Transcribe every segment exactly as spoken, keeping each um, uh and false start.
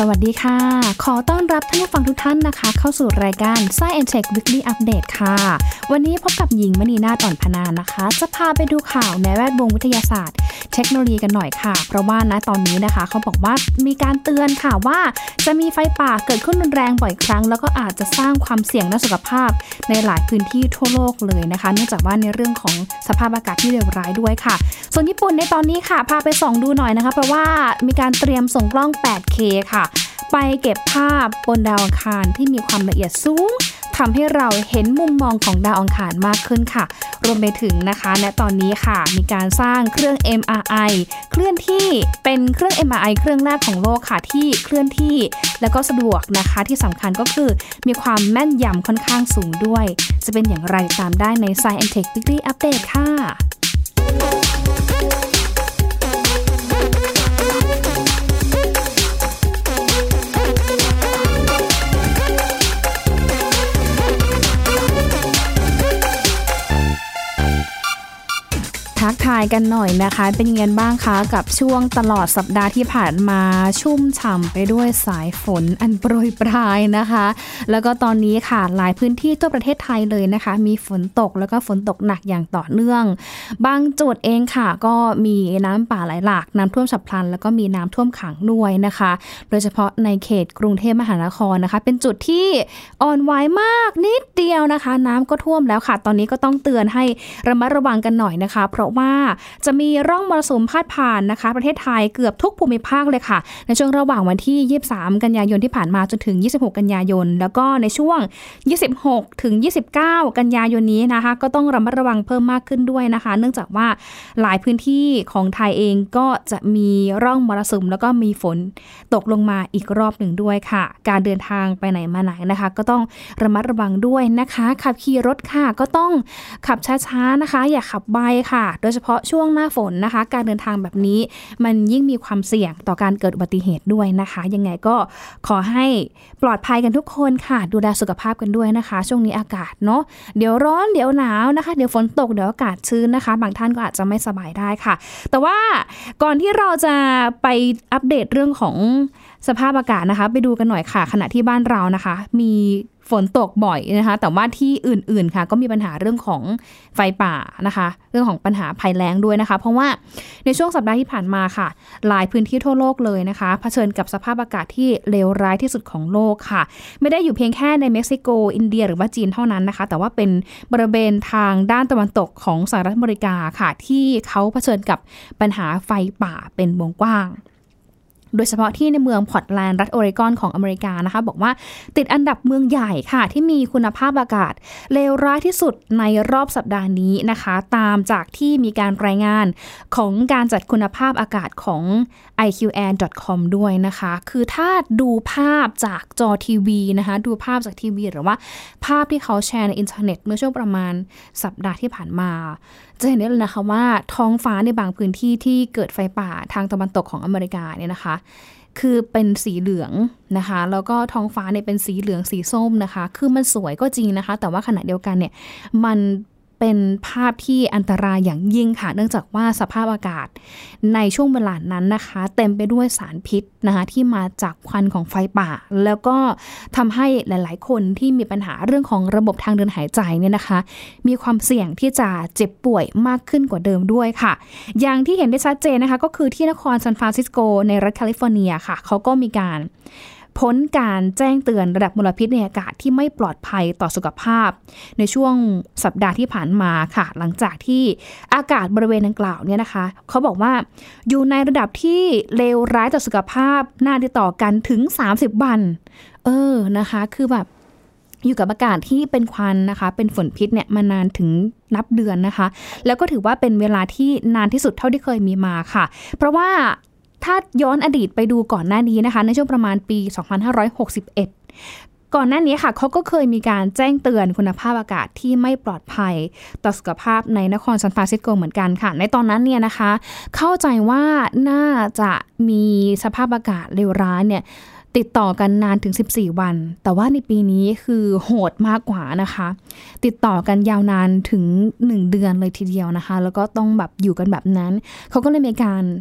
วัสดีค่ะขอต้อนรับท่านผู้ฟังทุกท่านนะคะเข้าสู่รายการ Science and Tech Weekly Update ค่ะวันนี้พบกับหญิงมณีนาฏอ่อนพนานะคะจะพาไปดูข่าวในแวดวงวิทยาศาสตร์เทคโนโลยีกันหน่อยค่ะเพราะว่าณตอนนี้นะคะเขาบอกว่ามีการเตือนค่ะว่าจะมีไฟป่าเกิดขึ้นรุนแรงบ่อยครั้งแล้วก็อาจจะสร้างความเสี่ยงด้านสุขภาพในหลายพื้นที่ทั่วโลกเลยนะคะเนื่องจากว่าในเรื่องของสภาพอากาศที่เลวร้ายด้วยค่ะส่วนญี่ปุ่นในตอนนี้ค่ะพาไปส่องดูหน่อยนะคะเพราะว่ามีการเตรียมส่งกล้อง แปดเค ค่ะไปเก็บภาพบนดาวอังคารที่มีความละเอียดสูงทำให้เราเห็นมุมมองของดาวอังคารมากขึ้นค่ะรวมไปถึงนะคะณตอนนี้ค่ะมีการสร้างเครื่อง เอ็ม อาร์ ไอ เคลื่อนที่เป็นเครื่อง เอ็ม อาร์ ไอ เครื่องแรกของโลกค่ะที่เคลื่อนที่แล้วก็สะดวกนะคะที่สำคัญก็คือมีความแม่นยำค่อนข้างสูงด้วยจะเป็นอย่างไรตามได้ใน Science and Tech Weekly Update ค่ะทักทายกันหน่อยนะคะเป็นยังไงบ้างคะกับช่วงตลอดสัปดาห์ที่ผ่านมาชุ่มฉ่ำไปด้วยสายฝนอันโปรยปรายนะคะแล้วก็ตอนนี้ค่ะหลายพื้นที่ทั่วประเทศไทยเลยนะคะมีฝนตกแล้วก็ฝนตกหนักอย่างต่อเนื่องบางจุดเองค่ะก็มีน้ำป่าไหลหลากน้ำท่วมฉับพลันแล้วก็มีน้ำท่วมขังด้วยนะคะโดยเฉพาะในเขตกรุงเทพมหานครนะคะเป็นจุดที่อ่อนไหวมากนิดเดียวนะคะน้ำก็ท่วมแล้วค่ะตอนนี้ก็ต้องเตือนให้ระมัดระวังกันหน่อยนะคะเพราะว่าจะมีร่องมรสุมพาดผ่านนะคะประเทศไทยเกือบทุกภูมิภาคเลยค่ะในช่วงระหว่างวันที่ยี่สิบสามกันยายนที่ผ่านมาจนถึงยี่สิบหกกันยายนแล้วก็ในช่วงยี่สิบหกถึงยี่สิบเก้ากันยายนนี้นะคะก็ต้องระมัดระวังเพิ่มมากขึ้นด้วยนะคะเนื่องจากว่าหลายพื้นที่ของไทยเองก็จะมีร่องมรสุมแล้วก็มีฝนตกลงมาอีกรอบหนึ่งด้วยค่ะการเดินทางไปไหนมาไหนนะคะก็ต้องระมัดระวังด้วยนะคะขับขี่รถค่ะก็ต้องขับช้าๆนะคะอย่าขับไวค่ะโดยเฉพาะช่วงหน้าฝนนะคะการเดินทางแบบนี้มันยิ่งมีความเสี่ยงต่อการเกิดอุบัติเหตุด้วยนะคะยังไงก็ขอให้ปลอดภัยกันทุกคนค่ะดูแลสุขภาพกันด้วยนะคะช่วงนี้อากาศเนาะเดี๋ยวร้อนเดี๋ยวหนาวนะคะเดี๋ยวฝนตกเดี๋ยวอากาศชื้นนะคะบางท่านก็อาจจะไม่สบายได้ค่ะแต่ว่าก่อนที่เราจะไปอัปเดตเรื่องของสภาพอากาศนะคะไปดูกันหน่อยค่ะขณะที่บ้านเรานะคะมีฝนตกบ่อยนะคะแต่ว่าที่อื่นๆค่ะก็มีปัญหาเรื่องของไฟป่านะคะเรื่องของปัญหาภัยแล้งด้วยนะคะเพราะว่าในช่วงสัปดาห์ที่ผ่านมาค่ะหลายพื้นที่ทั่วโลกเลยนะคะเผชิญกับสภาพอากาศที่เลวร้ายที่สุดของโลกค่ะไม่ได้อยู่เพียงแค่ในเม็กซิโกอินเดียหรือว่าจีนเท่านั้นนะคะแต่ว่าเป็นบริเวณทางด้านตะวันตกของสหรัฐอเมริกาค่ะที่เขาเผชิญกับปัญหาไฟป่าเป็นวงกว้างโดยเฉพาะที่ในเมืองพอร์ตแลนด์รัฐโอเรกอนของอเมริกานะคะบอกว่าติดอันดับเมืองใหญ่ค่ะที่มีคุณภาพอากาศเลวร้ายที่สุดในรอบสัปดาห์นี้นะคะตามจากที่มีการรายงานของการจัดคุณภาพอากาศของ ไอ คิว แอร์ ดอท คอม ด้วยนะคะคือถ้าดูภาพจากจอทีวีนะคะดูภาพจากทีวีหรือว่าภาพที่เขาแชร์ในอินเทอร์เน็ตเมื่อช่วงประมาณสัปดาห์ที่ผ่านมาจะเห็นได้เลยนะคะว่าท้องฟ้าในบางพื้นที่ที่เกิดไฟป่าทางตะวันตกของอเมริกาเนี่ยนะคะคือเป็นสีเหลืองนะคะแล้วก็ท้องฟ้าเนี่ยเป็นสีเหลืองสีส้มนะคะคือมันสวยก็จริงนะคะแต่ว่าขณะเดียวกันเนี่ยมันเป็นภาพที่อันตรายอย่างยิ่งค่ะเนื่องจากว่าสภาพอากาศในช่วงเวลานั้นนะคะเต็มไปด้วยสารพิษนะคะที่มาจากควันของไฟป่าแล้วก็ทำให้หลายๆคนที่มีปัญหาเรื่องของระบบทางเดินหายใจเนี่ยนะคะมีความเสี่ยงที่จะเจ็บป่วยมากขึ้นกว่าเดิมด้วยค่ะอย่างที่เห็นได้ชัดเจนนะคะก็คือที่นครซานฟรานซิสโกในรัฐแคลิฟอร์เนียค่ะเขาก็มีการพ้นการแจ้งเตือนระดับมลพิษในอากาศที่ไม่ปลอดภัยต่อสุขภาพในช่วงสัปดาห์ที่ผ่านมาค่ะหลังจากที่อากาศบริเวณดังกล่าวเนี่ยนะคะเขาบอกว่าอยู่ในระดับที่เลวร้ายต่อสุขภาพนานติดต่อกันถึงสามสิบวันเออนะคะคือแบบอยู่กับอากาศที่เป็นควันนะคะเป็นฝนพิษเนี่ยมานานถึงนับเดือนนะคะแล้วก็ถือว่าเป็นเวลาที่นานที่สุดเท่าที่เคยมีมาค่ะเพราะว่าถ้าย้อนอดีตไปดูก่อนหน้านี้นะคะในช่วงประมาณปีสองพันห้าร้อยหกสิบเอ็ดก่อนหน้านี้ค่ะเขาก็เคยมีการแจ้งเตือนคุณภาพอากาศที่ไม่ปลอดภัยต่อสุขภาพในนครซานฟรานซิสโกเหมือนกันค่ะในตอนนั้นเนี่ยนะคะเข้าใจว่าน่าจะมีสภาพอากาศเลวร้ายเนี่ยติดต่อกันนานถึงสิบสี่วันแต่ว่าในปีนี้คือโหดมากกว่านะคะติดต่อกันยาวนานถึงหนึ่งเดือนเลยทีเดียวนะคะแล้วก็ต้องแบบอยู่กันแบบนั้นเขาก็เลยมีการ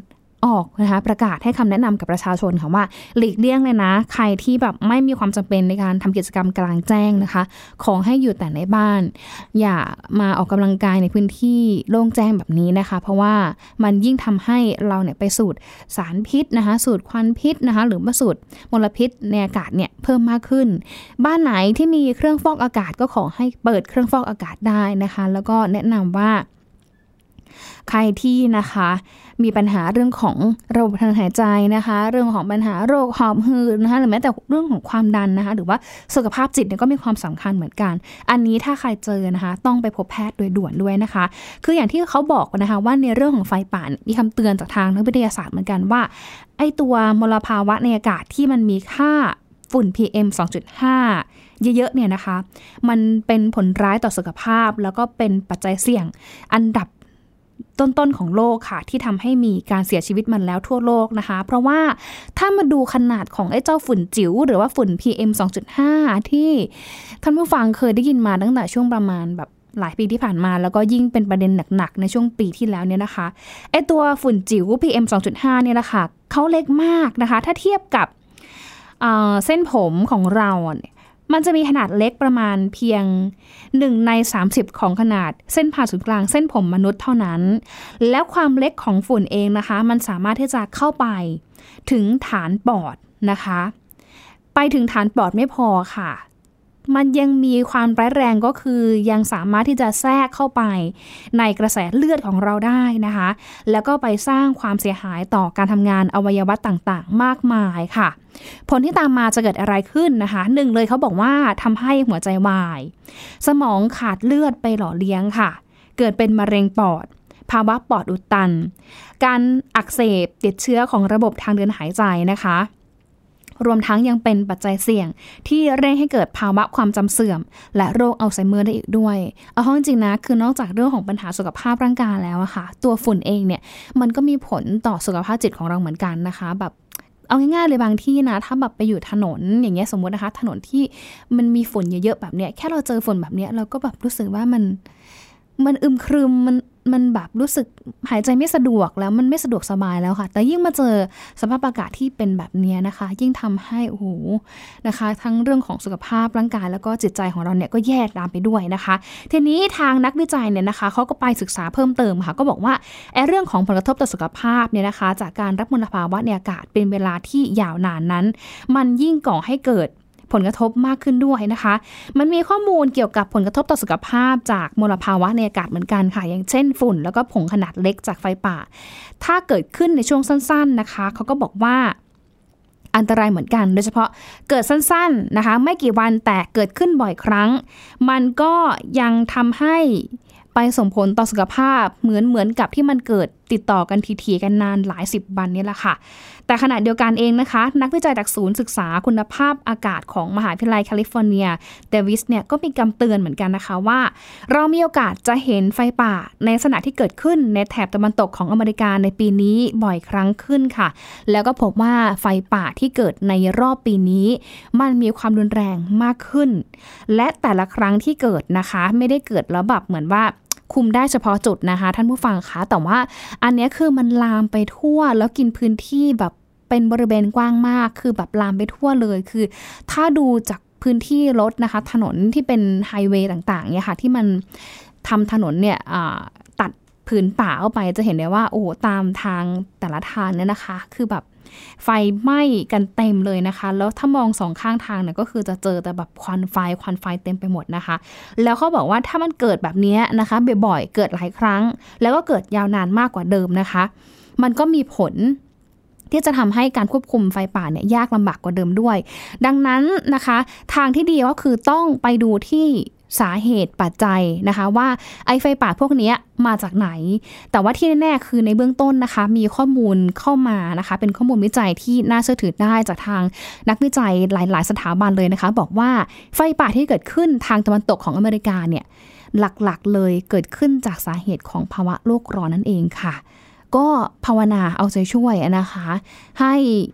ออกนะคะประกาศให้คำแนะนำกับประชาชนค่ะว่าหลีกเลี่ยงเลยนะใครที่แบบไม่มีความจำเป็นในการทำกิจกรรมกลางแจ้งนะคะขอให้อยู่แต่ในบ้านอย่ามาออกกำลังกายในพื้นที่โล่งแจ้งแบบนี้นะคะเพราะว่ามันยิ่งทำให้เราเนี่ยไปสูดสารพิษนะคะสูดควันพิษนะคะหรือว่าสูดมลพิษในอากาศเนี่ยเพิ่มมากขึ้นบ้านไหนที่มีเครื่องฟอกอากาศก็ขอให้เปิดเครื่องฟอกอากาศได้นะคะแล้วก็แนะนำว่าใครที่นะคะมีปัญหาเรื่องของระบบทางหายใจนะคะเรื่องของปัญหาโรคหอบหืดนะคะหรือแม้แต่เรื่องของความดันนะคะหรือว่าสุขภาพจิตเนี่ยก็มีความสำคัญเหมือนกันอันนี้ถ้าใครเจอนะคะต้องไปพบแพทย์โดยด่วนด้วยนะคะคืออย่างที่เขาบอกนะคะว่าในเรื่องของไฟป่ามีคำเตือนจากทางนักวิทยาศาสตร์เหมือนกันว่าไอ้ตัวมลภาวะในอากาศที่มันมีค่าฝุ่น พี เอ็ม สองจุดห้า เยอะๆเนี่ยนะคะมันเป็นผลร้ายต่อสุขภาพแล้วก็เป็นปัจจัยเสี่ยงอันดับต้นๆของโลกค่ะที่ทำให้มีการเสียชีวิตมันแล้วทั่วโลกนะคะเพราะว่าถ้ามาดูขนาดของไอ้เจ้าฝุ่นจิ๋วหรือว่าฝุ่น พี เอ็ม สองจุดห้า ที่ท่านผู้ฟังเคยได้ยินมาตั้งแต่ช่วงประมาณแบบหลายปีที่ผ่านมาแล้วก็ยิ่งเป็นประเด็นหนักๆในช่วงปีที่แล้วเนี่ยนะคะไอ้ตัวฝุ่นจิ๋ว พี เอ็ม สองจุดห้า เนี่ยแหละค่ะเขาเล็กมากนะคะถ้าเทียบกับเอ่อเส้นผมของเราเนี่ยมันจะมีขนาดเล็กประมาณเพียงหนึ่งในสามสิบของขนาดเส้นผ่าศูนย์กลางเส้นผมมนุษย์เท่านั้นแล้วความเล็กของฝุ่นเองนะคะมันสามารถที่จะเข้าไปถึงฐานปอดนะคะไปถึงฐานปอดไม่พอค่ะมันยังมีความร้ายแรงก็คือยังสามารถที่จะแทรกเข้าไปในกระแสเลือดของเราได้นะคะแล้วก็ไปสร้างความเสียหายต่อการทำงานอวัยวะต่างๆมากมายค่ะผลที่ตามมาจะเกิดอะไรขึ้นนะคะหนึ่งเลยเขาบอกว่าทำให้หัวใจวายสมองขาดเลือดไปหล่อเลี้ยงค่ะเกิดเป็นมะเร็งปอดภาวะปอดอุดตันการอักเสบติดเชื้อของระบบทางเดินหายใจนะคะรวมทั้งยังเป็นปัจจัยเสี่ยงที่เร่งให้เกิดภาวะความจำเสื่อมและโรคอัลไซเมอร์ได้อีกด้วยเอาจริงๆนะคือนอกจากเรื่องของปัญหาสุขภาพร่างกายแล้วอะค่ะตัวฝุ่นเองเนี่ยมันก็มีผลต่อสุขภาพจิตของเราเหมือนกันนะคะแบบเอาง่ายๆเลยบางที่นะถ้าแบบไปอยู่ถนนอย่างเงี้ยสมมตินะคะถนนที่มันมีฝุ่นเยอะๆแบบเนี้ยแค่เราเจอฝุ่นแบบเนี้ยเราก็แบบรู้สึกว่ามันมันอึมครึมมันมันแบบรู้สึกหายใจไม่สะดวกแล้วมันไม่สะดวกสบายแล้วค่ะแต่ยิ่งมาเจอสภาพอากาศที่เป็นแบบนี้นะคะยิ่งทำให้โอ้โหนะคะทั้งเรื่องของสุขภาพร่างกายแล้วก็จิตใจของเราเนี่ยก็แย่ตามไปด้วยนะคะทีนี้ทางนักวิจัยเนี่ยนะคะเขาก็ไปศึกษาเพิ่มเติมค่ะก็บอกว่าไอ้เรื่องของผลกระทบต่อสุขภาพเนี่ยนะคะจากการรับมลภาวะในอากาศเป็นเวลาที่ยาวนานนั้นมันยิ่งก่อให้เกิดผลกระทบมากขึ้นด้วยนะคะมันมีข้อมูลเกี่ยวกับผลกระทบต่อสุขภาพจากมลภาวะในอากาศเหมือนกันค่ะอย่างเช่นฝุ่นแล้วก็ผงขนาดเล็กจากไฟป่าถ้าเกิดขึ้นในช่วงสั้นๆนะคะเขาก็บอกว่าอันตรายเหมือนกันโดยเฉพาะเกิดสั้นๆนะคะไม่กี่วันแต่เกิดขึ้นบ่อยครั้งมันก็ยังทำให้ไปส่งผลต่อสุขภาพเหมือนเหมือนกับที่มันเกิดติดต่อกันทีๆกันนานหลายสิบวันนี่แหละค่ะแต่ขณะเดียวกันเองนะคะนักวิจัยจากศูนย์ศึกษาคุณภาพอากาศของมหาวิทยาลัยแคลิฟอร์เนียเดวิสเนี่ยก็มีคำเตือนเหมือนกันนะคะว่าเรามีโอกาสจะเห็นไฟป่าในลักษณะที่เกิดขึ้นในแถบตะวันตกของอเมริกาในปีนี้บ่อยครั้งขึ้นค่ะแล้วก็พบว่าไฟป่าที่เกิดในรอบปีนี้มันมีความรุนแรงมากขึ้นและแต่ละครั้งที่เกิดนะคะไม่ได้เกิดแล้วแบบเหมือนว่าคุมได้เฉพาะจุดนะคะท่านผู้ฟังคะแต่ว่าอันนี้คือมันลามไปทั่วแล้วกินพื้นที่แบบเป็นบริเวณกว้างมากคือแบบลามไปทั่วเลยคือถ้าดูจากพื้นที่รถนะคะถนนที่เป็นไฮเวย์ต่างๆเนี่ยค่ะที่มันทำถนนเนี่ยตัดผืนป่าเข้าไปจะเห็นได้ว่าโอ้ตามทางแต่ละทางเนี่ยนะคะคือแบบไฟไหม้กันเต็มเลยนะคะแล้วถ้ามองสองข้างทางเนี่ยก็คือจะเจอแต่แบบควันไฟควันไฟเต็มไปหมดนะคะแล้วเขาบอกว่าถ้ามันเกิดแบบนี้นะคะบ่อยๆเกิดหลายครั้งแล้วก็เกิดยาวนานมากกว่าเดิมนะคะมันก็มีผลที่จะทำให้การควบคุมไฟป่าเนี่ยยากลำบากกว่าเดิมด้วยดังนั้นนะคะทางที่ดีก็คือต้องไปดูที่สาเหตุปัจจัยนะคะว่าไอ้ไฟป่าพวกนี้มาจากไหนแต่ว่าที่แน่ๆคือในเบื้องต้นนะคะมีข้อมูลเข้ามานะคะเป็นข้อมูลวิจัยที่น่าเชื่อถือได้จากทางนักวิจัยหลายๆสถาบันเลยนะคะบอกว่าไฟป่าที่เกิดขึ้นทางตะวันตกของอเมริกาเนี่ยหลักๆเลยเกิดขึ้นจากสาเหตุของภาวะโลกร้อนนั่นเองค่ะก็ภาวนาเอาใจช่วยนะคะให้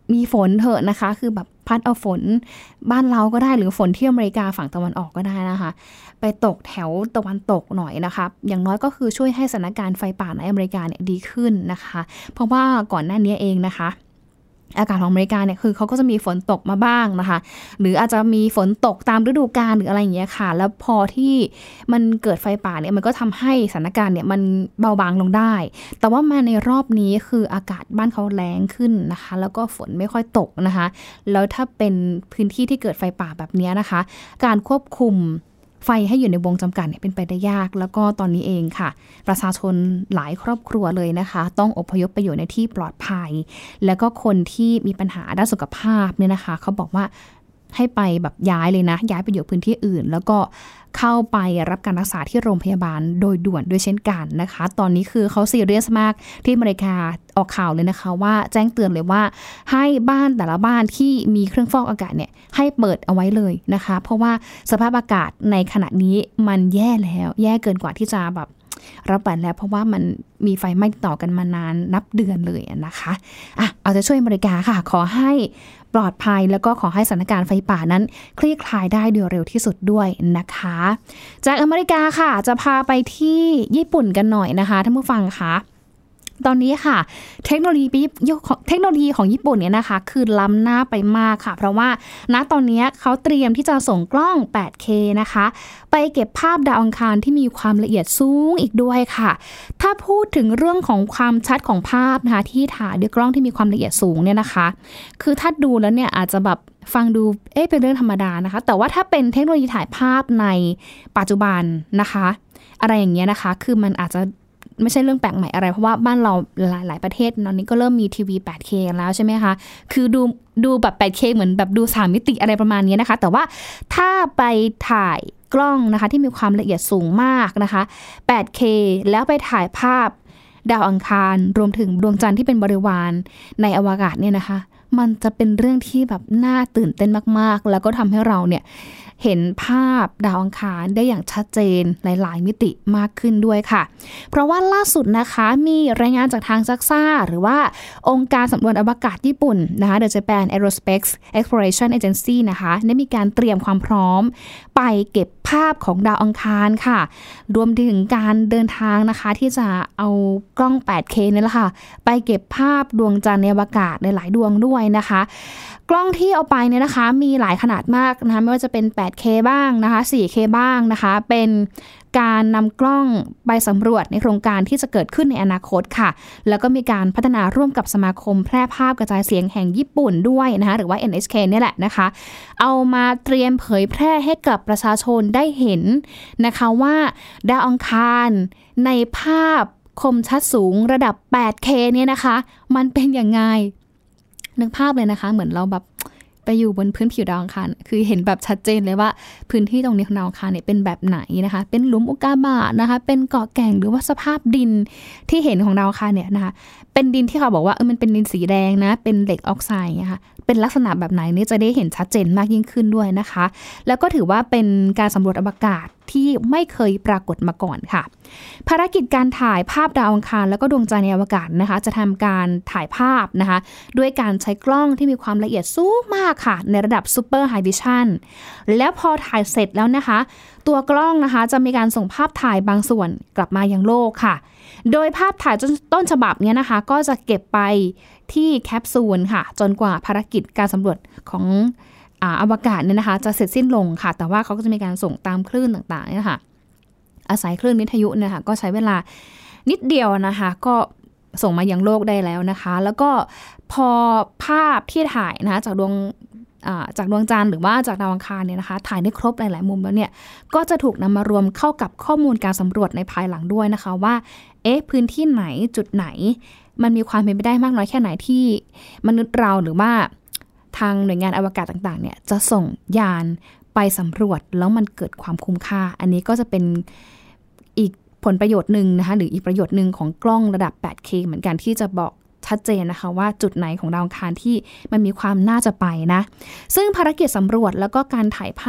มีฝนเถอะนะคะคือแบบพัดเอาฝนบ้านเราก็ได้หรือฝนที่อเมริกาฝั่งตะวันออกก็ได้นะคะไปตกแถวตะวันตกหน่อยนะคะอย่างน้อยก็คือช่วยให้สถานการณ์ไฟป่าในอเมริกาเนี่ยดีขึ้นนะคะเพราะว่าก่อนหน้านี้เองนะคะอากาศของอเมริกาเนี่ยคือเขาก็จะมีฝนตกมาบ้างนะคะหรืออาจจะมีฝนตกตามฤดูกาลหรืออะไรอย่างเงี้ยค่ะแล้วพอที่มันเกิดไฟป่าเนี่ยมันก็ทำให้สถานการณ์เนี่ยมันเบาบางลงได้แต่ว่ามาในรอบนี้คืออากาศบ้านเขาแล้งขึ้นนะคะแล้วก็ฝนไม่ค่อยตกนะคะแล้วถ้าเป็นพื้นที่ที่เกิดไฟป่าแบบนี้นะคะการควบคุมไฟให้อยู่ในวงจำกัดเนี่ยเป็นไปได้ยากแล้วก็ตอนนี้เองค่ะประชาชนหลายครอบครัวเลยนะคะต้องอพยพไปอยู่ในที่ปลอดภัยแล้วก็คนที่มีปัญหาด้านสุขภาพเนี่ยนะคะเขาบอกว่าให้ไปแบบย้ายเลยนะย้ายไปอยู่พื้นที่อื่นแล้วก็เข้าไปรับการรักษาที่โรงพยาบาลโดยด่วนด้วยเช่นกันนะคะตอนนี้คือเขาซีเรียสมากที่อเมริกาออกข่าวเลยนะคะว่าแจ้งเตือนเลยว่าให้บ้านแต่ละบ้านที่มีเครื่องฟอกอากาศเนี่ยให้เปิดเอาไว้เลยนะคะเพราะว่าสภาพอากาศในขณะนี้มันแย่แล้วแย่เกินกว่าที่จะแบบรับไหวแล้วเพราะว่ามันมีไฟไหม้ต่อกันมานานนับเดือนเลยนะคะอ่ะเอาใจช่วยอเมริกาค่ะขอให้ปลอดภัยแล้วก็ขอให้สถานการณ์ไฟป่านั้นคลี่คลายได้โดยเร็วที่สุดด้วยนะคะจากอเมริกาค่ะจะพาไปที่ญี่ปุ่นกันหน่อยนะคะท่านผู้ฟังคะตอนนี้ค่ะเทคโนโลยีเทคโนโลยีของญี่ปุ่นเนี่ยนะคะคือล้ำหน้าไปมากค่ะเพราะว่าณตอนนี้เขาเตรียมที่จะส่งกล้อง แปดเค นะคะไปเก็บภาพดาวอังคารที่มีความละเอียดสูงอีกด้วยค่ะถ้าพูดถึงเรื่องของความชัดของภาพนะคะที่ถ่ายด้วยกล้องที่มีความละเอียดสูงเนี่ยนะคะคือถ้าดูแล้วเนี่ยอาจจะแบบฟังดูเอ๊ะเป็นเรื่องธรรมดานะคะแต่ว่าถ้าเป็นเทคโนโลยีถ่ายภาพในปัจจุบันนะคะอะไรอย่างเงี้ยนะคะคือมันอาจจะไม่ใช่เรื่องแปลกใหม่อะไรเพราะว่าบ้านเราหลายๆประเทศตอนนี้ก็เริ่มมีทีวี แปดเค กันแล้วใช่ไหมคะคือดูดูแบบ แปดเค เหมือนแบบดูสามมิติอะไรประมาณนี้นะคะแต่ว่าถ้าไปถ่ายกล้องนะคะที่มีความละเอียดสูงมากนะคะ แปดเค แล้วไปถ่ายภาพดาวอังคารรวมถึงดวงจันทร์ที่เป็นบริวารในอวกาศเนี่ยนะคะมันจะเป็นเรื่องที่แบบน่าตื่นเต้นมากๆแล้วก็ทำให้เราเนี่ยเห็นภาพดาวอังคารได้อย่างชัดเจนหลายๆมิติมากขึ้นด้วยค่ะเพราะว่าล่าสุดนะคะมีรายงานจากทางจักซ่าหรือว่าองค์การสำรวจอวกาศญี่ปุ่นนะคะ The Japan Aerospace Exploration Agency นะคะได้มีการเตรียมความพร้อมไปเก็บภาพของดาวอังคารค่ะรวมถึงการเดินทางนะคะที่จะเอากล้อง แปดเค นี่แหละค่ะไปเก็บภาพดวงจันทร์ในอวกาศในหลายดวงด้วยนะคะกล้องที่เอาไปเนี่ยนะคะมีหลายขนาดมากนะคะไม่ว่าจะเป็น แปดเค บ้างนะคะ โฟร์เค บ้างนะคะเป็นการนำกล้องไปสำรวจในโครงการที่จะเกิดขึ้นในอนาคตค่ะแล้วก็มีการพัฒนาร่วมกับสมาคมแพร่ภาพกระจายเสียงแห่งญี่ปุ่นด้วยนะคะหรือว่า เอ็น เอช เค เนี่ยแหละนะคะเอามาเตรียมเผยแพร่ให้กับประชาชนได้เห็นนะคะว่าดาวอังคารในภาพคมชัดสูงระดับ แปดเค เนี่ยนะคะมันเป็นยังไงนึกภาพเลยนะคะเหมือนเราแบบไปอยู่บนพื้นผิวดาวอังคารคือเห็นแบบชัดเจนเลยว่าพื้นที่ตรงนี้ของดาวอังคารเนี่ยเป็นแบบไหนนะคะเป็นหลุมอุกกาบาตนะคะเป็นเกาะแก่งหรือว่าสภาพดินที่เห็นของดาวอังคารเนี่ยนะคะเป็นดินที่เขาบอกว่าเออมันเป็นดินสีแดงนะเป็นเหล็กออกไซด์นะคะเป็นลักษณะแบบไหนนี่จะได้เห็นชัดเจนมากยิ่งขึ้นด้วยนะคะแล้วก็ถือว่าเป็นการสำรวจอวกาศที่ไม่เคยปรากฏมาก่อนค่ะภารกิจการถ่ายภาพดาวอังคารแล้วก็ดวงจันทร์ในอวกาศนะคะจะทำการถ่ายภาพนะคะด้วยการใช้กล้องที่มีความละเอียดสูงมากค่ะในระดับ Super High Vision แล้วพอถ่ายเสร็จแล้วนะคะตัวกล้องนะคะจะมีการส่งภาพถ่ายบางส่วนกลับมายังโลกค่ะโดยภาพถ่ายต้นฉบับนี้นะคะก็จะเก็บไปที่แคปซูลค่ะจนกว่าภารกิจการสำรวจของอ่าอวกาศเนี่ยนะคะจะเสร็จสิ้นลงค่ะแต่ว่าเขาก็จะมีการส่งตามคลื่นต่างๆเนี่ยค่ะอาศัยคลื่นวิทยุนะคะก็ใช้เวลานิดเดียวนะคะก็ส่งมายังโลกได้แล้วนะคะแล้วก็พอภาพที่ถ่ายนะคะจากดวงจากดวงจันทร์หรือว่าจากดาวอังคารเนี่ยนะคะถ่ายได้ครบหลายๆมุมแล้วเนี่ยก็จะถูกนำมารวมเข้ากับข้อมูลการสำรวจในภายหลังด้วยนะคะว่าเอ๊ะพื้นที่ไหนจุดไหนมันมีความเป็นไปได้มากน้อยแค่ไหนที่มนุษย์เราหรือว่าทางหน่วยงานอวกาศต่างๆเนี่ยจะส่งยานไปสำรวจแล้วมันเกิดความคุ้มค่าอันนี้ก็จะเป็นอีกผลประโยชน์หนึ่งนะคะหรืออีกประโยชน์หนึ่งของกล้องระดับ แปดเค เหมือนกันที่จะบอกชัดเจนนะคะว่าจุดไหนของดาวอังคารที่มันมีความน่าจะไปนะซึ่งภารกิจสำรวจแล้วก็การถ่ายภาพ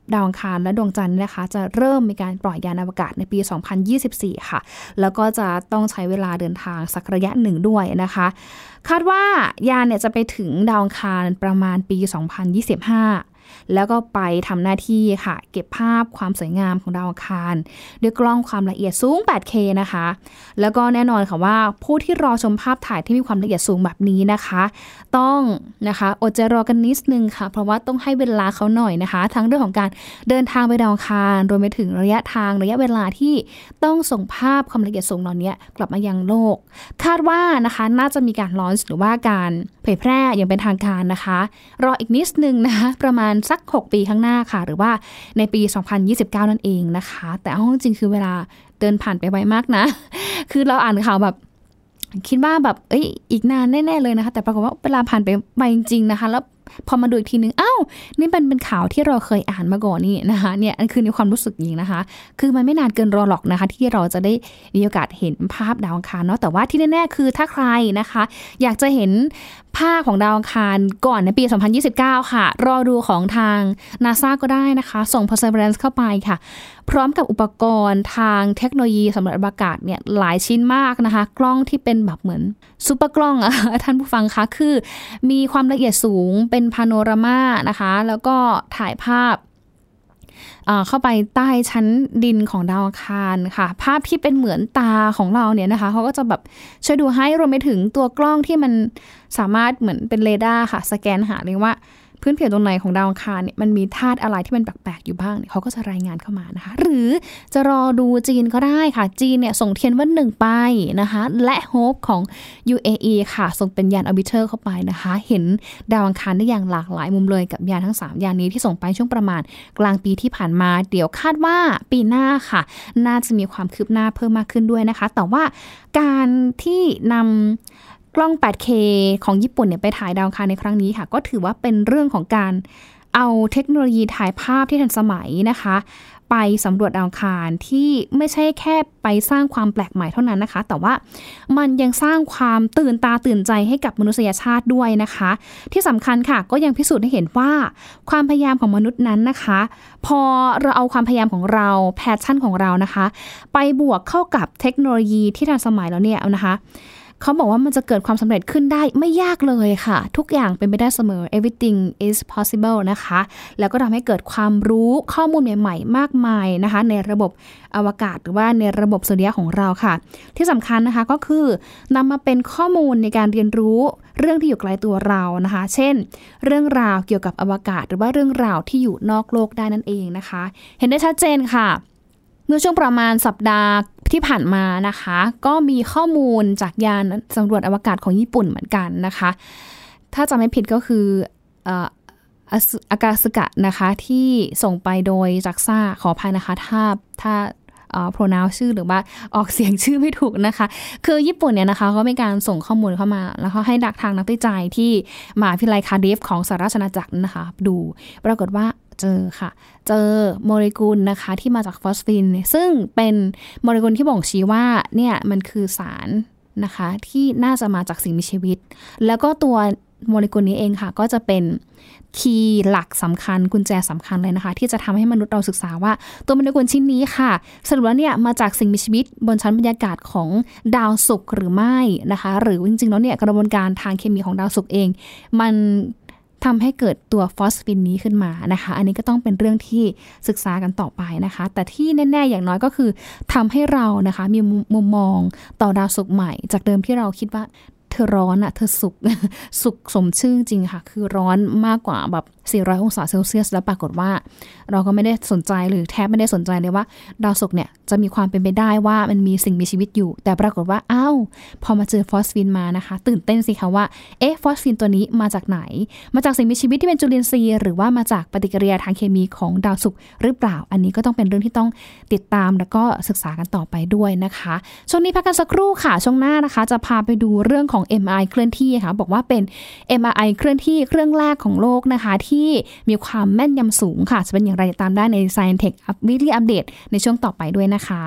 ดาวอังคารและดวงจันทร์นะคะจะเริ่มมีการปล่อยยานอวกาศในปีสองพันยี่สิบสี่ค่ะแล้วก็จะต้องใช้เวลาเดินทางสักระยะหนึ่งด้วยนะคะคาดว่ายานเนี่ยจะไปถึงดาวอังคารประมาณปีสองพันยี่สิบห้าแล้วก็ไปทำหน้าที่ค่ะเก็บภาพความสวยงามของดาวอังคารด้วยกล้องความละเอียดสูง แปดเค นะคะแล้วก็แน่นอนค่ะว่าผู้ที่รอชมภาพถ่ายที่มีความละเอียดสูงแบบนี้นะคะต้องนะคะอดใจรอกันนิดนึงค่ะเพราะว่าต้องให้เวลาเขาหน่อยนะคะทั้งเรื่องของการเดินทางไปดาวอังคารรวมไปถึงระยะทางระยะเวลาที่ต้องส่งภาพความละเอียดสูงเหล่านี้กลับมายังโลกคาดว่านะคะน่าจะมีการลอนช์หรือว่าการเผยแพร่อย่างเป็นทางการนะคะรออีกนิดนึงนะคะประมาณสักหกปีข้างหน้าค่ะหรือว่าในปีสองพันยี่สิบเก้านั่นเองนะคะแต่เอาจริงๆคือเวลาเดินผ่านไปไวมากนะคือเราอ่านข่าวแบบคิดว่าแบบเอ้ยอีกนานแน่ๆเลยนะคะแต่ปรากฏว่าเวลาผ่านไปไวจริงๆนะคะแล้วพอมาดูอีกทีนึงอ้าวนี่เป็นเป็นข่าวที่เราเคยอ่านมาก่อนนี่นะคะเนี่ยอันคือในความรู้สึกจริงนะคะคือมันไม่นานเกินรอหรอกนะคะที่เราจะได้มีโอกาสเห็นภาพดาวอังคารเนาะแต่ว่าที่แน่ๆคือถ้าใครนะคะอยากจะเห็นภาพของดาวอังคารก่อนในปีสองพันยี่สิบเก้าค่ะรอดูของทาง NASA ก็ได้นะคะส่ง Perseverance เข้าไปค่ะพร้อมกับอุปกรณ์ทางเทคโนโลยีสำหรับอวกาศเนี่ยหลายชิ้นมากนะคะกล้องที่เป็นแบบเหมือนซุปเปอร์กล้องอะท่านผู้ฟังคะคือมีความละเอียดสูงเป็นพาโนรามานะคะแล้วก็ถ่ายภาพเข้าไปใต้ชั้นดินของดาวอังคารค่ะภาพที่เป็นเหมือนตาของเราเนี่ยนะคะเขาก็จะแบบช่วยดูให้รวมไปถึงตัวกล้องที่มันสามารถเหมือนเป็นเรดาร์ค่ะสแกนหาเลยว่าพื้นผิวตรงไหนของดาวอังคารเนี่ยมันมีธาตุอะไรที่มันแปลกๆอยู่บ้างเนี่ยเขาก็จะรายงานเข้ามานะคะหรือจะรอดูจีนก็ได้ค่ะจีนเนี่ยส่งเทียนวันหนึ่งไปนะคะและโฮปของ ยู เอ อี ค่ะส่งเป็นยานออร์บิเตอร์เข้าไปนะคะเห็นดาวอังคารได้อย่างหลากหลายมุมเลยกับยานทั้งสามยานนี้ที่ส่งไปช่วงประมาณกลางปีที่ผ่านมาเดี๋ยวคาดว่าปีหน้าค่ะน่าจะมีความคืบหน้าเพิ่มมากขึ้นด้วยนะคะแต่ว่าการที่นำกล้อง แปดเค ของญี่ปุ่นเนี่ยไปถ่ายดาวอังคารในครั้งนี้ค่ะก็ถือว่าเป็นเรื่องของการเอาเทคโนโลยีถ่ายภาพที่ทันสมัยนะคะไปสำรวจดาวอังคารที่ไม่ใช่แค่ไปสร้างความแปลกใหม่เท่านั้นนะคะแต่ว่ามันยังสร้างความตื่นตาตื่นใจให้กับมนุษยชาติด้วยนะคะที่สำคัญค่ะก็ยังพิสูจน์ให้เห็นว่าความพยายามของมนุษย์นั้นนะคะพอเราเอาความพยายามของเราแพชชั่นของเรานะคะไปบวกเข้ากับเทคโนโลยีที่ทันสมัยแล้วเนี่ยนะคะเขาบอกว่ามันจะเกิดความสำเร็จขึ้นได้ไม่ยากเลยค่ะทุกอย่างเป็นไปได้เสมอ everything is possible นะคะแล้วก็ทำให้เกิดความรู้ข้อมูลใหม่ๆมากมายนะคะในระบบอวกาศหรือว่าในระบบสุริยะของเราค่ะที่สำคัญนะคะก็คือนำมาเป็นข้อมูลในการเรียนรู้เรื่องที่อยู่ไกลตัวเรานะคะเช่นเรื่องราวเกี่ยวกับอวกาศหรือว่าเรื่องราวที่อยู่นอกโลกได้นั่นเองนะคะเห็นได้ชัดเจนค่ะเมื่อช่วงประมาณสัปดาห์ที่ผ่านมานะคะก็มีข้อมูลจากยานสำรวจอวกาศของญี่ปุ่นเหมือนกันนะคะถ้าจำไม่ผิดก็คือเอ่ออากาสึกะนะคะที่ส่งไปโดยจักซ่าขออภัยนะคะถ้าถ้าเอ่อ pronounce ชื่อหรือว่าออกเสียงชื่อไม่ถูกนะคะคือญี่ปุ่นเนี่ยนะคะเขามีการส่งข้อมูลเข้ามาแล้วเขาให้ดักทางนักวิจัยที่มหาวิทยาลัยคาร์ดิฟของสหราชอาณาจักรนะคะดูปรากฏว่าเจอค่ะเจอโมเลกุลนะคะที่มาจากฟอสฟินซึ่งเป็นโมเลกุลที่บ่งชี้ว่าเนี่ยมันคือสารนะคะที่น่าจะมาจากสิ่งมีชีวิตแล้วก็ตัวโมเลกุลนี้เองค่ะก็จะเป็นคีย์หลักสำคัญกุญแจสำคัญเลยนะคะที่จะทำให้มนุษย์เราศึกษาว่าตัวโมเลกุลชิ้นนี้ค่ะสรุปแล้วเนี่ยมาจากสิ่งมีชีวิตบนชั้นบรรยากาศของดาวศุกร์หรือไม่นะคะหรือจริงๆแล้วเนี่ยกระบวนการทางเคมีของดาวศุกร์เองมันทำให้เกิดตัวฟอสฟินนี้ขึ้นมานะคะอันนี้ก็ต้องเป็นเรื่องที่ศึกษากันต่อไปนะคะแต่ที่แน่ๆอย่างน้อยก็คือทำให้เรานะคะมีมุมมองต่อดาวศุกร์ใหม่จากเดิมที่เราคิดว่าเธอร้อนอะเธอสุกสุกสมชื่อจริงค่ะคือร้อนมากกว่าแบบสี่ร้อยองศาเซลเซียสแล้วปรากฏว่าเราก็ไม่ได้สนใจหรือแทบไม่ได้สนใจเลยว่าดาวศุกร์เนี่ยจะมีความเป็นไปได้ว่ามันมีสิ่งมีชีวิตอยู่แต่ปรากฏว่าอ้าวพอมาเจอฟอสฟินมานะคะตื่นเต้นสิคะว่าเอ๊ะฟอสฟินตัวนี้มาจากไหนมาจากสิ่งมีชีวิตที่เป็นจุลินทรีย์หรือว่ามาจากปฏิกิริยาทางเคมีของดาวศุกร์หรือเปล่าอันนี้ก็ต้องเป็นเรื่องที่ต้องติดตามแล้วก็ศึกษากันต่อไปด้วยนะคะช่วงนี้พักกันสักครู่ค่ะช่วงหน้านะคะจะพาไปดูเรื่องของ เอ็ม อาร์ ไอ เคลื่อนที่ค่ะบอกว่าเป็น เอ็ม อาร์ ไอ เคลื่อนที่เครื่องแรกของโลกนะคะที่มีความแม่นยำสูงค่ะจะเป็นอย่างไรตามได้ใน Science Tech Weekly Update ในช่วงต่อไปด้วยนะคะ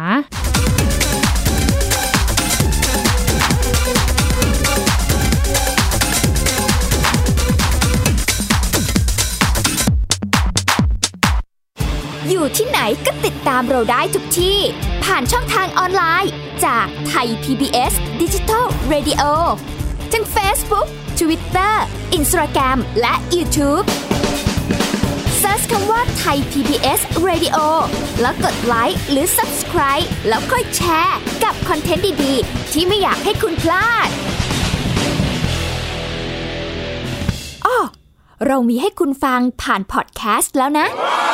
ที่ไหนก็ติดตามเราได้ทุกที่ผ่านช่องทางออนไลน์จากไทย พี บี เอส Digital Radio ทั้ง Facebook, Twitter, Instagram และ YouTubeเซิร์ชคำว่าไทย พี บี เอส Radio แล้วกดไลค์หรือ Subscribe แล้วค่อยแชร์กับคอนเทนต์ดีๆที่ไม่อยากให้คุณพลาดอ้อเรามีให้คุณฟังผ่านพอดแคสต์แล้วนะ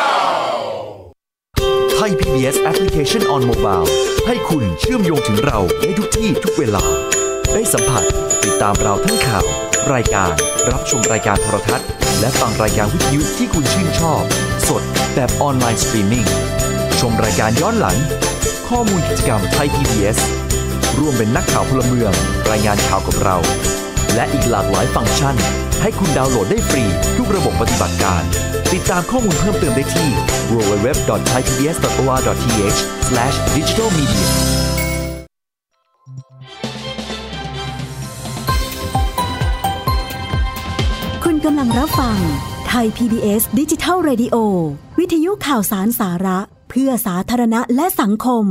ไทย พี บี เอส Application on Mobile ให้คุณเชื่อมโยงถึงเราได้ทุกที่ทุกเวลาได้สัมผัสติดตามเราทั้งข่าวรายการรับชมรายการโทรทัศน์และฟังรายการวิทยุที่คุณชื่นชอบสดแบบออนไลน์สตรีมมิ่งชมรายการย้อนหลังข้อมูลกิจกรรมไทย พี บี เอส ร่วมเป็นนักข่าวพลเมืองรายงานข่าวกับเราและอีกหลากหลายฟังก์ชันให้คุณดาวน์โหลดได้ฟรีทุกระบบปฏิบัติการติดตามข้อมูลเพิ่มเติมได้ที่ ดับเบิลยู ดับเบิลยู ดับเบิลยู ดอท ไทย พี บี เอส ดอท โอ อาร์ ดอท ที เอช สแลช ดิจิทัล มีเดียคุณกำลังรับฟังไทย พี บี เอส Digital Radio วิทยุข่าวสารสาระเพื่อสาธารณะและสังคม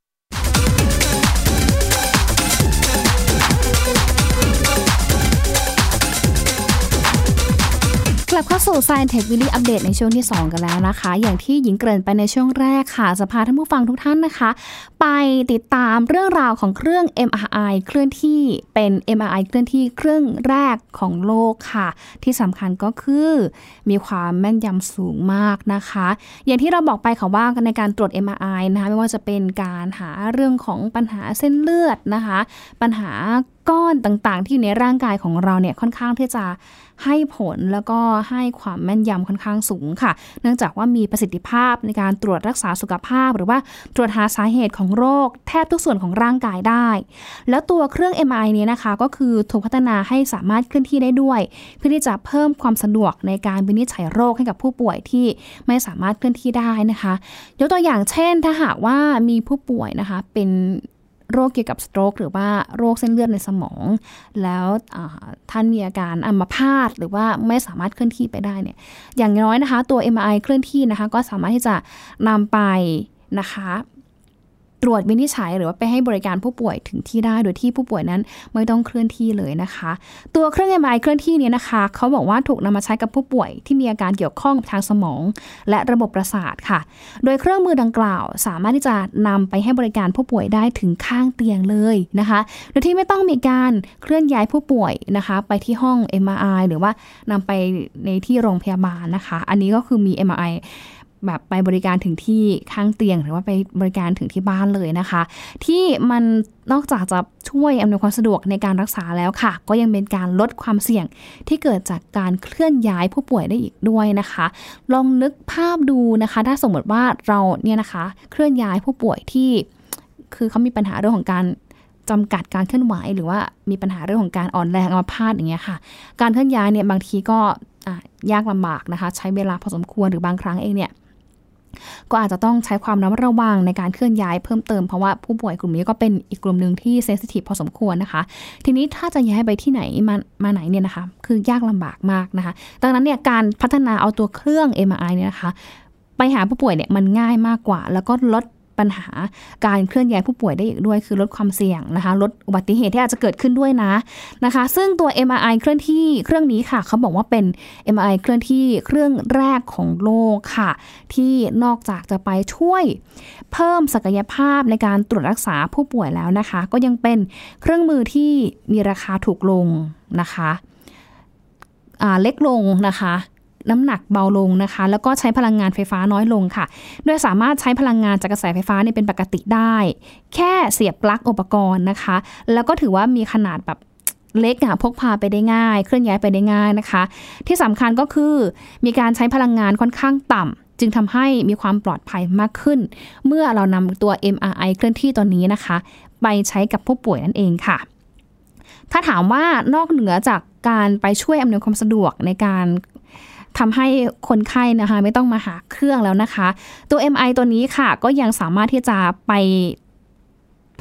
กลับเข้าสู่ Science Tech Weekly Update ในช่วงที่สองกันแล้วนะคะอย่างที่หญิงเกริ่นไปในช่วงแรกค่ะจะพาท่านผู้ฟังทุกท่านนะคะไปติดตามเรื่องราวของเครื่อง เอ็ม อาร์ ไอ เคลื่อนที่เป็น เอ็ม อาร์ ไอ เคลื่อนที่เครื่องแรกของโลกค่ะที่สำคัญก็คือมีความแม่นยำสูงมากนะคะอย่างที่เราบอกไปค่ะว่าในการตรวจ เอ็ม อาร์ ไอ นะคะไม่ว่าจะเป็นการหาเรื่องของปัญหาเส้นเลือดนะคะปัญหาก้อนต่างๆที่อยู่ในร่างกายของเราเนี่ยค่อนข้างที่จะให้ผลแล้วก็ให้ความแม่นยำค่อนข้างสูงค่ะเนื่องจากว่ามีประสิทธิภาพในการตรวจรักษาสุขภาพหรือว่าตรวจหาสาเหตุของโรคแทบทุกส่วนของร่างกายได้แล้วตัวเครื่อง เอ็ม อาร์ ไอ นี้นะคะก็คือถูกพัฒนาให้สามารถเคลื่อนที่ได้ด้วยเพื่อที่จะเพิ่มความสะดวกในการวินิจฉัยโรคให้กับผู้ป่วยที่ไม่สามารถเคลื่อนที่ได้นะคะยกตัวอย่างเช่นถ้าหากว่ามีผู้ป่วยนะคะเป็นโรคเกี่ยวกับสโตรกหรือว่าโรคเส้นเลือดในสมองแล้วท่านมีอาการอัมพาตหรือว่าไม่สามารถเคลื่อนที่ไปได้เนี่ยอย่างน้อยนะคะตัว เอ็ม อาร์ ไอ เคลื่อนที่นะคะก็สามารถที่จะนำไปนะคะตรวจวินิจฉัยหรือว่าไปให้บริการผู้ป่วยถึงที่ได้โดยที่ผู้ป่วยนั้นไม่ต้องเคลื่อนที่เลยนะคะตัวเครื่อง เอ็ม อาร์ ไอ เคลื่อนที่นี้นะคะเขาบอกว่าถูกนำมาใช้กับผู้ป่วยที่มีอาการเกี่ยวข้องกับทางสมองและระบบประสาทค่ะโดยเครื่องมือดังกล่าวสามารถที่จะนำไปให้บริการผู้ป่วยได้ถึงข้างเตียงเลยนะคะโดยที่ไม่ต้องมีการเคลื่อนย้ายผู้ป่วยนะคะไปที่ห้อง เอ็ม อาร์ ไอ หรือว่านำไปในที่โรงพยาบาลนะคะอันนี้ก็คือมี เอ็ม อาร์ ไอแบบไปบริการถึงที่ข้างเตียงหรือว่าไปบริการถึงที่บ้านเลยนะคะที่มันนอกจากจะช่วยอำนวยความสะดวกในการรักษาแล้วค่ะก็ยังเป็นการลดความเสี่ยงที่เกิดจากการเคลื่อนย้ายผู้ป่วยได้อีกด้วยนะคะลองนึกภาพดูนะคะถ้าสมมติว่าเราเนี่ยนะคะเคลื่อนย้ายผู้ป่วยที่คือเขามีปัญหาเรื่องของการจำกัดการเคลื่อนไหวหรือว่ามีปัญหาเรื่องของการอ่อนแรงอัมพาตอย่างเงี้ยค่ะการเคลื่อนย้ายเนี่ยบางทีก็ยากลำบากนะคะใช้เวลาพอสมควรหรือบางครั้งเองเนี่ยก็อาจจะต้องใช้ความระมัดระวังในการเคลื่อนย้ายเพิ่มเติมเพราะว่าผู้ป่วยกลุ่มนี้ก็เป็นอีกกลุ่มนึงที่เซนซิทีฟพอสมควรนะคะทีนี้ถ้าจะย้ายไปที่ไหนมามาไหนเนี่ยนะคะคือยากลำบากมากนะคะดังนั้นเนี่ยการพัฒนาเอาตัวเครื่อง เอ็ม อาร์ ไอ เนี่ยนะคะไปหาผู้ป่วยเนี่ยมันง่ายมากกว่าแล้วก็ลดปัญหาการเคลื่อนย้ายผู้ป่วยได้อีกด้วยคือลดความเสี่ยงนะคะลดอุบัติเหตุที่อาจจะเกิดขึ้นด้วยนะนะคะซึ่งตัว เอ็ม อาร์ ไอ เคลื่อนที่เครื่องนี้ค่ะเขาบอกว่าเป็น เอ็ม อาร์ ไอ เคลื่อนที่เครื่องแรกของโลกค่ะที่นอกจากจะไปช่วยเพิ่มศักยภาพในการตรวจรักษาผู้ป่วยแล้วนะคะก็ยังเป็นเครื่องมือที่มีราคาถูกลงนะคะอ่าเล็กลงนะคะน้ำหนักเบาลงนะคะแล้วก็ใช้พลังงานไฟฟ้าน้อยลงค่ะโดยสามารถใช้พลังงานจากกระแสไฟฟ้าเนี่ยเป็นปกติได้แค่เสียบปลั๊กอุปกรณ์นะคะแล้วก็ถือว่ามีขนาดแบบเล็กอะพกพาไปได้ง่ายเคลื่อนย้ายไปได้ง่ายนะคะที่สำคัญก็คือมีการใช้พลังงานค่อนข้างต่ำจึงทำให้มีความปลอดภัยมากขึ้นเมื่อเรานำตัว เอ็ม อาร์ ไอ เคลื่อนที่ตัวนี้นะคะไปใช้กับผู้ป่วยนั่นเองค่ะถ้าถามว่านอกเหนือจากการไปช่วยอำนวยความสะดวกในการทำให้คนไข้นะคะไม่ต้องมาหาเครื่องแล้วนะคะตัว เอ็ม อาร์ ไอ ตัวนี้ค่ะก็ยังสามารถที่จะไป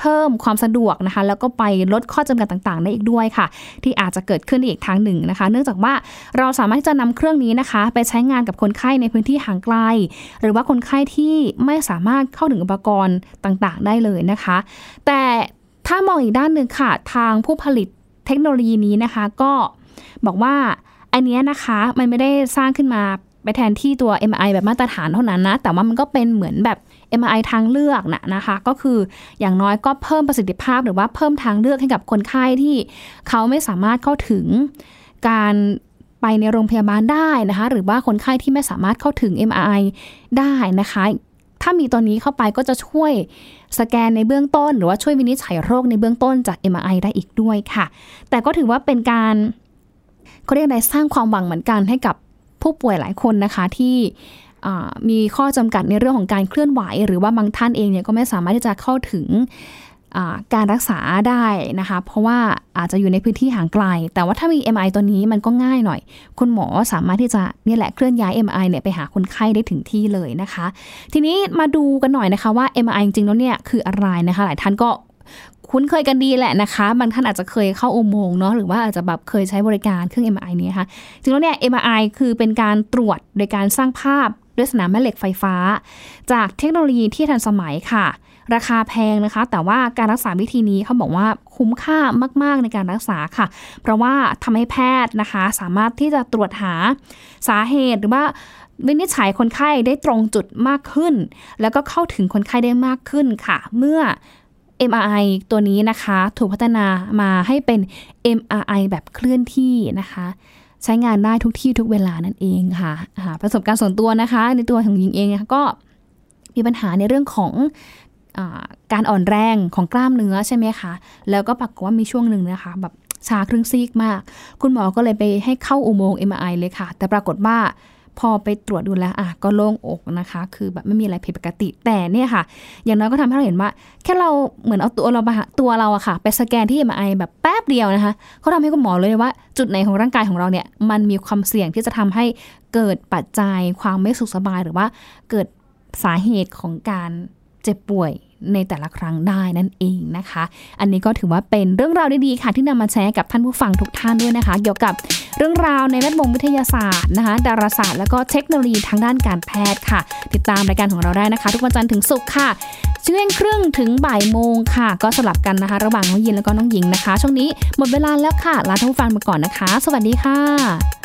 เพิ่มความสะดวกนะคะแล้วก็ไปลดข้อจำกัดต่างๆได้อีกด้วยค่ะที่อาจจะเกิดขึ้นอีกทางหนึ่งนะคะเนื่องจากว่าเราสามารถที่จะนำเครื่องนี้นะคะไปใช้งานกับคนไข้ในพื้นที่ห่างไกลหรือว่าคนไข้ที่ไม่สามารถเข้าถึงอุปกรณ์ต่างๆได้เลยนะคะแต่ถ้ามองอีกด้านหนึ่งค่ะทางผู้ผลิตเทคโนโลยีนี้นะคะก็บอกว่าอันนี้นะคะมันไม่ได้สร้างขึ้นมาไปแทนที่ตัว เอ็ม อาร์ ไอ แบบมาตรฐานเท่านั้นนะแต่ว่ามันก็เป็นเหมือนแบบ เอ็ม อาร์ ไอ ทางเลือกนะนะคะก็คืออย่างน้อยก็เพิ่มประสิทธิภาพหรือว่าเพิ่มทางเลือกให้กับคนไข้ที่เขาไม่สามารถเข้าถึงการไปในโรงพยาบาลได้นะคะหรือว่าคนไข้ที่ไม่สามารถเข้าถึง เอ็ม อาร์ ไอ ได้นะคะถ้ามีตัวนี้เข้าไปก็จะช่วยสแกนในเบื้องต้นหรือว่าช่วยวินิจฉัยโรคในเบื้องต้นจาก เอ็ม อาร์ ไอ ได้อีกด้วยค่ะแต่ก็ถือว่าเป็นการเขาเรียกอะไรสร้างความหวังเหมือนกันให้กับผู้ป่วยหลายคนนะคะที่มีข้อจำกัดในเรื่องของการเคลื่อนไหวหรือว่าบางท่านเองเนี่ยก็ไม่สามารถที่จะเข้าถึงการรักษาได้นะคะเพราะว่าอาจจะอยู่ในพื้นที่ห่างไกลแต่ว่าถ้ามี เอ็ม อาร์ ไอ ตัวนี้มันก็ง่ายหน่อยคุณหมอสามารถที่จะนี่แหละเคลื่อนย้าย เอ็ม อาร์ ไอ เนี่ยไปหาคนไข้ได้ถึงที่เลยนะคะทีนี้มาดูกันหน่อยนะคะว่า เอ็ม อาร์ ไอ จริงๆแล้วเนี่ยคืออะไรนะคะหลายท่านก็คุ้นเคยกันดีแหละนะคะบางท่านอาจจะเคยเข้าอุโมงค์เนาะหรือว่าอาจจะแบบเคยใช้บริการเครื่อง เอ็ม อาร์ ไอ นี้นะคะจริงแล้วเนี่ย เอ็ม อาร์ ไอ คือเป็นการตรวจโดยการสร้างภาพด้วยสนามแม่เหล็กไฟฟ้าจากเทคโนโลยีที่ทันสมัยค่ะราคาแพงนะคะแต่ว่าการรักษาวิธีนี้เขาบอกว่าคุ้มค่ามากๆในการรักษาค่ะเพราะว่าทำให้แพทย์นะคะสามารถที่จะตรวจหาสาเหตุหรือว่าวินิจฉัยคนไข้ได้ตรงจุดมากขึ้นแล้วก็เข้าถึงคนไข้ได้มากขึ้นค่ะเมื่อ เอ็ม อาร์ ไอ ตัวนี้นะคะถูกพัฒนามาให้เป็น เอ็ม อาร์ ไอ แบบเคลื่อนที่นะคะใช้งานได้ทุกที่ทุกเวลานั่นเองค่ะประสบการณ์ส่วนตัวนะคะในตัวของหญิงเองก็มีปัญหาในเรื่องของการอ่อนแรงของกล้ามเนื้อใช่ไหมคะแล้วก็ปรากฏว่ามีช่วงหนึ่งนะคะแบบชาครึ่งซีกมากคุณหมอก็เลยไปให้เข้าอุโมงค์ เอ็ม อาร์ ไอ เลยค่ะแต่ปรากฏว่าพอไปตรวจดูแล้วอ่ะก็โล่งอกนะคะคือแบบไม่มีอะไรผิดปกติแต่เนี่ยค่ะอย่างน้อยก็ทำให้เราเห็นว่าแค่เราเหมือนเอาตัวเราตัวเราอะค่ะไปสแกนที่ เอ็ม อาร์ ไอ แบบแป๊บเดียวนะคะเขาทำให้คุณหมอเลยว่าจุดไหนของร่างกายของเราเนี่ยมันมีความเสี่ยงที่จะทำให้เกิดปัจจัยความไม่สุขสบายหรือว่าเกิดสาเหตุของการเจ็บป่วยในแต่ละครั้งได้นั่นเองนะคะอันนี้ก็ถือว่าเป็นเรื่องราวดีๆค่ะที่นำมาแชร์กับท่านผู้ฟังทุกท่านด้วยนะคะเกี่ยวกับเรื่องราวในแวดวงวิทยาศาสตร์นะคะดาราศาสตร์แล้วก็เทคโนโลยีทางด้านการแพทย์ค่ะติดตามรายการของเราได้นะคะทุกวันจันทร์ถึงศุกร์ค่ะเที่ยงครึ่งถึงบ่ายโมงค่ะก็สลับกันนะคะระหว่างน้องยินแล้วก็น้องหญิงนะคะช่วงนี้หมดเวลาแล้วค่ะลาท่านผู้ฟังไปก่อนนะคะสวัสดีค่ะ